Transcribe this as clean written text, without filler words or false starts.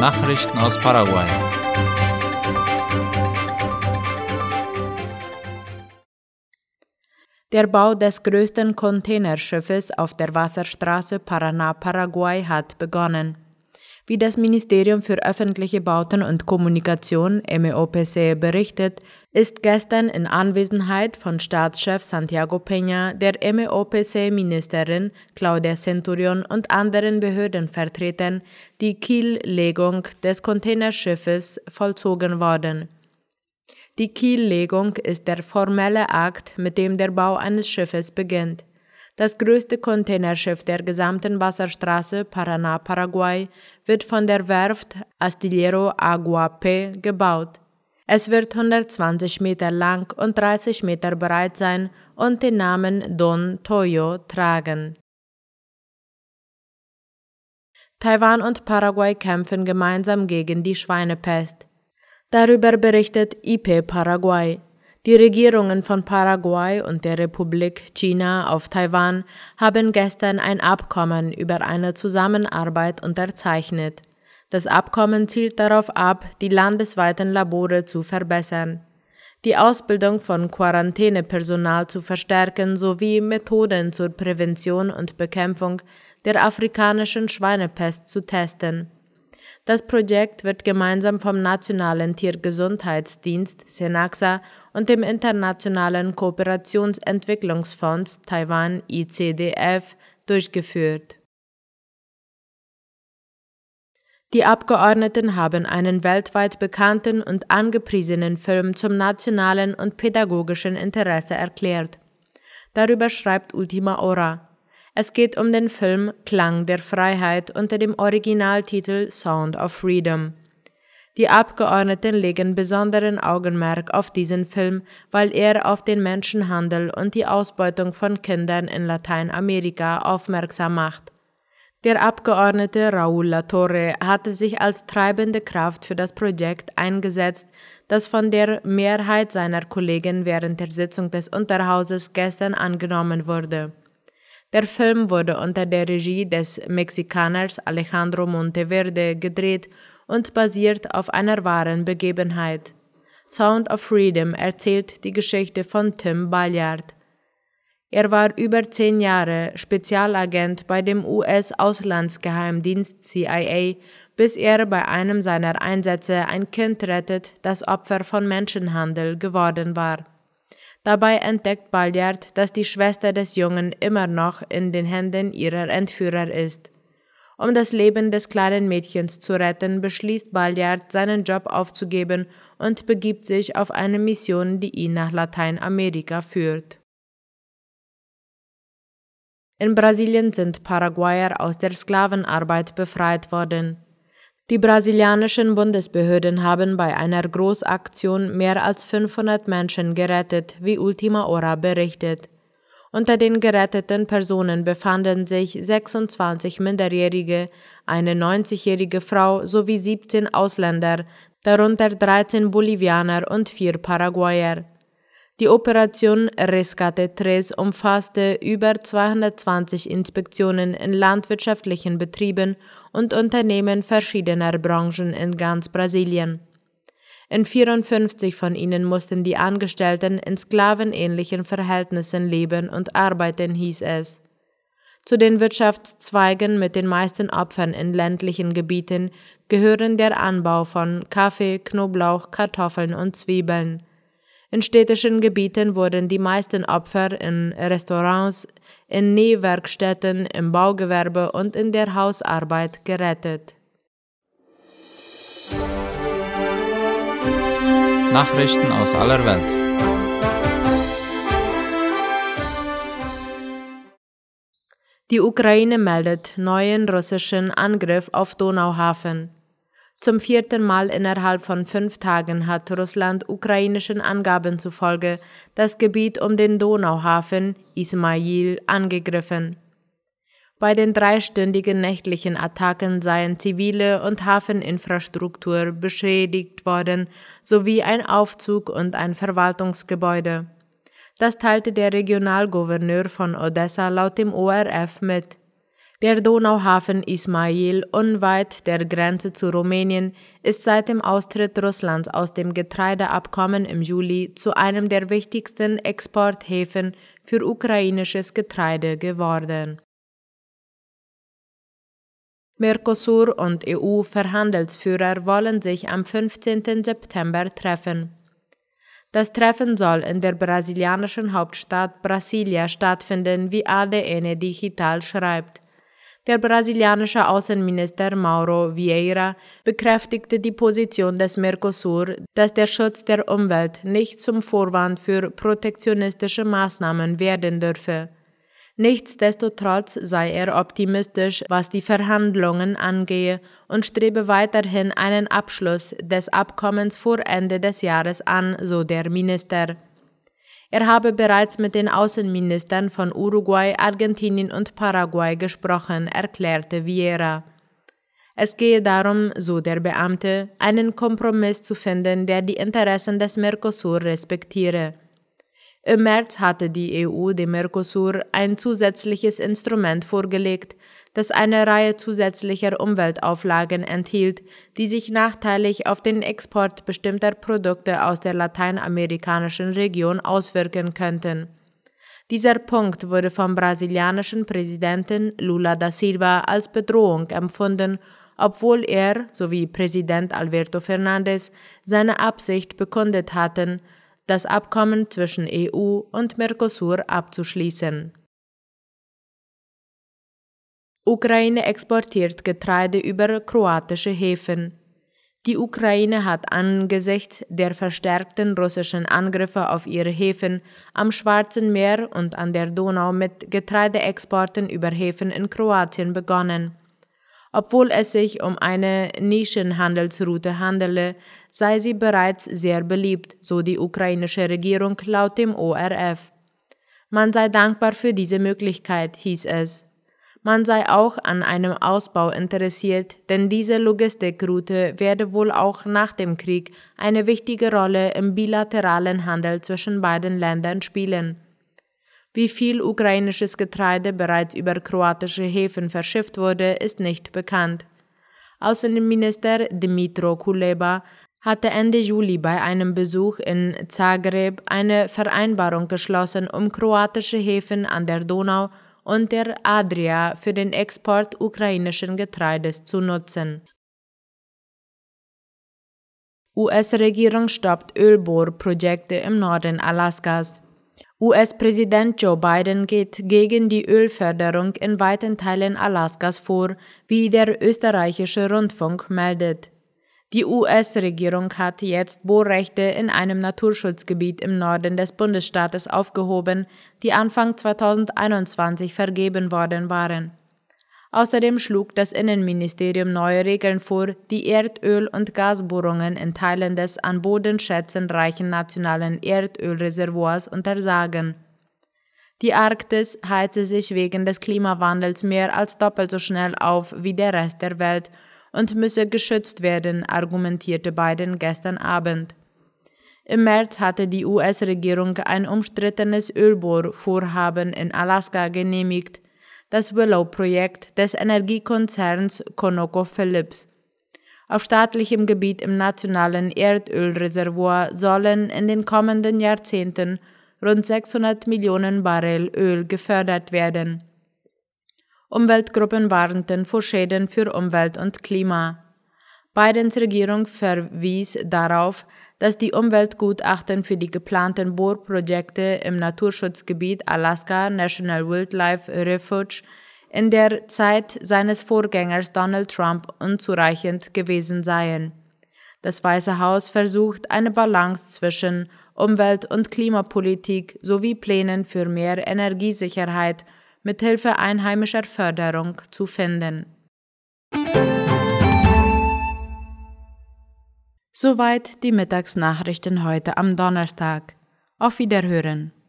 Nachrichten aus Paraguay. Der Bau des größten Containerschiffes auf der Wasserstraße Paraná-Paraguay hat begonnen. Wie das Ministerium für öffentliche Bauten und Kommunikation MEOPC berichtet, ist gestern in Anwesenheit von Staatschef Santiago Peña, der MEOPC-Ministerin Claudia Centurion und anderen Behördenvertretern die Kiellegung des Containerschiffes vollzogen worden. Die Kiellegung ist der formelle Akt, mit dem der Bau eines Schiffes beginnt. Das größte Containerschiff der gesamten Wasserstraße Paraná-Paraguay wird von der Werft Astillero Aguape gebaut. Es wird 120 Meter lang und 30 Meter breit sein und den Namen Don Toyo tragen. Taiwan und Paraguay kämpfen gemeinsam gegen die Schweinepest. Darüber berichtet IP Paraguay. Die Regierungen von Paraguay und der Republik China auf Taiwan haben gestern ein Abkommen über eine Zusammenarbeit unterzeichnet. Das Abkommen zielt darauf ab, die landesweiten Labore zu verbessern, die Ausbildung von Quarantänepersonal zu verstärken sowie Methoden zur Prävention und Bekämpfung der afrikanischen Schweinepest zu testen. Das Projekt wird gemeinsam vom Nationalen Tiergesundheitsdienst SENAXA und dem Internationalen Kooperationsentwicklungsfonds Taiwan ICDF durchgeführt. Die Abgeordneten haben einen weltweit bekannten und angepriesenen Film zum nationalen und pädagogischen Interesse erklärt. Darüber schreibt Ultima Hora. Es geht um den Film Klang der Freiheit unter dem Originaltitel Sound of Freedom. Die Abgeordneten legen besonderen Augenmerk auf diesen Film, weil er auf den Menschenhandel und die Ausbeutung von Kindern in Lateinamerika aufmerksam macht. Der Abgeordnete Raúl Latorre hatte sich als treibende Kraft für das Projekt eingesetzt, das von der Mehrheit seiner Kollegen während der Sitzung des Unterhauses gestern angenommen wurde. Der Film wurde unter der Regie des Mexikaners Alejandro Monteverde gedreht und basiert auf einer wahren Begebenheit. Sound of Freedom erzählt die Geschichte von Tim Ballard. Er war über 10 Jahre Spezialagent bei dem US-Auslandsgeheimdienst CIA, bis er bei einem seiner Einsätze ein Kind rettet, das Opfer von Menschenhandel geworden war. Dabei entdeckt Ballard, dass die Schwester des Jungen immer noch in den Händen ihrer Entführer ist. Um das Leben des kleinen Mädchens zu retten, beschließt Ballard, seinen Job aufzugeben und begibt sich auf eine Mission, die ihn nach Lateinamerika führt. In Brasilien sind Paraguayer aus der Sklavenarbeit befreit worden. Die brasilianischen Bundesbehörden haben bei einer Großaktion mehr als 500 Menschen gerettet, wie Ultima Hora berichtet. Unter den geretteten Personen befanden sich 26 Minderjährige, eine 90-jährige Frau sowie 17 Ausländer, darunter 13 Bolivianer und 4 Paraguayer. Die Operation Rescate 3 umfasste über 220 Inspektionen in landwirtschaftlichen Betrieben und Unternehmen verschiedener Branchen in ganz Brasilien. In 54 von ihnen mussten die Angestellten in sklavenähnlichen Verhältnissen leben und arbeiten, hieß es. Zu den Wirtschaftszweigen mit den meisten Opfern in ländlichen Gebieten gehören der Anbau von Kaffee, Knoblauch, Kartoffeln und Zwiebeln. In städtischen Gebieten wurden die meisten Opfer in Restaurants, in Nähwerkstätten, im Baugewerbe und in der Hausarbeit gerettet. Nachrichten aus aller Welt. Die Ukraine meldet neuen russischen Angriff auf Donauhafen. Zum 4. Mal innerhalb von 5 Tagen hat Russland ukrainischen Angaben zufolge das Gebiet um den Donauhafen Ismail angegriffen. Bei den 3-stündigen nächtlichen Attacken seien zivile und Hafeninfrastruktur beschädigt worden, sowie ein Aufzug und ein Verwaltungsgebäude. Das teilte der Regionalgouverneur von Odessa laut dem ORF mit. Der Donauhafen Ismail, unweit der Grenze zu Rumänien, ist seit dem Austritt Russlands aus dem Getreideabkommen im Juli zu einem der wichtigsten Exporthäfen für ukrainisches Getreide geworden. Mercosur und EU-Verhandelsführer wollen sich am 15. September treffen. Das Treffen soll in der brasilianischen Hauptstadt Brasília stattfinden, wie ADN Digital schreibt. Der brasilianische Außenminister Mauro Vieira bekräftigte die Position des Mercosur, dass der Schutz der Umwelt nicht zum Vorwand für protektionistische Maßnahmen werden dürfe. Nichtsdestotrotz sei er optimistisch, was die Verhandlungen angehe, und strebe weiterhin einen Abschluss des Abkommens vor Ende des Jahres an, so der Minister. Er habe bereits mit den Außenministern von Uruguay, Argentinien und Paraguay gesprochen, erklärte Vieira. Es gehe darum, so der Beamte, einen Kompromiss zu finden, der die Interessen des Mercosur respektiere. Im März hatte die EU dem Mercosur ein zusätzliches Instrument vorgelegt, das eine Reihe zusätzlicher Umweltauflagen enthielt, die sich nachteilig auf den Export bestimmter Produkte aus der lateinamerikanischen Region auswirken könnten. Dieser Punkt wurde vom brasilianischen Präsidenten Lula da Silva als Bedrohung empfunden, obwohl er sowie Präsident Alberto Fernandes seine Absicht bekundet hatten, das Abkommen zwischen EU und Mercosur abzuschließen. Ukraine exportiert Getreide über kroatische Häfen. Die Ukraine hat angesichts der verstärkten russischen Angriffe auf ihre Häfen am Schwarzen Meer und an der Donau mit Getreideexporten über Häfen in Kroatien begonnen. Obwohl es sich um eine Nischenhandelsroute handele, sei sie bereits sehr beliebt, so die ukrainische Regierung laut dem ORF. Man sei dankbar für diese Möglichkeit, hieß es. Man sei auch an einem Ausbau interessiert, denn diese Logistikroute werde wohl auch nach dem Krieg eine wichtige Rolle im bilateralen Handel zwischen beiden Ländern spielen. Wie viel ukrainisches Getreide bereits über kroatische Häfen verschifft wurde, ist nicht bekannt. Außenminister Dmytro Kuleba hatte Ende Juli bei einem Besuch in Zagreb eine Vereinbarung geschlossen, um kroatische Häfen an der Donau und der Adria für den Export ukrainischen Getreides zu nutzen. US-Regierung stoppt Ölbohrprojekte im Norden Alaskas. US-Präsident Joe Biden geht gegen die Ölförderung in weiten Teilen Alaskas vor, wie der österreichische Rundfunk meldet. Die US-Regierung hat jetzt Bohrrechte in einem Naturschutzgebiet im Norden des Bundesstaates aufgehoben, die Anfang 2021 vergeben worden waren. Außerdem schlug das Innenministerium neue Regeln vor, die Erdöl- und Gasbohrungen in Teilen des an Bodenschätzen reichen nationalen Erdölreservoirs untersagen. Die Arktis heize sich wegen des Klimawandels mehr als doppelt so schnell auf wie der Rest der Welt und müsse geschützt werden, argumentierte Biden gestern Abend. Im März hatte die US-Regierung ein umstrittenes Ölbohrvorhaben in Alaska genehmigt, das Willow-Projekt des Energiekonzerns ConocoPhillips. Auf staatlichem Gebiet im nationalen Erdölreservoir sollen in den kommenden Jahrzehnten rund 600 Millionen Barrel Öl gefördert werden. Umweltgruppen warnten vor Schäden für Umwelt und Klima. Bidens Regierung verwies darauf, dass die Umweltgutachten für die geplanten Bohrprojekte im Naturschutzgebiet Alaska National Wildlife Refuge in der Zeit seines Vorgängers Donald Trump unzureichend gewesen seien. Das Weiße Haus versucht, eine Balance zwischen Umwelt- und Klimapolitik sowie Plänen für mehr Energiesicherheit mithilfe einheimischer Förderung zu finden. Soweit die Mittagsnachrichten heute am Donnerstag. Auf Wiederhören.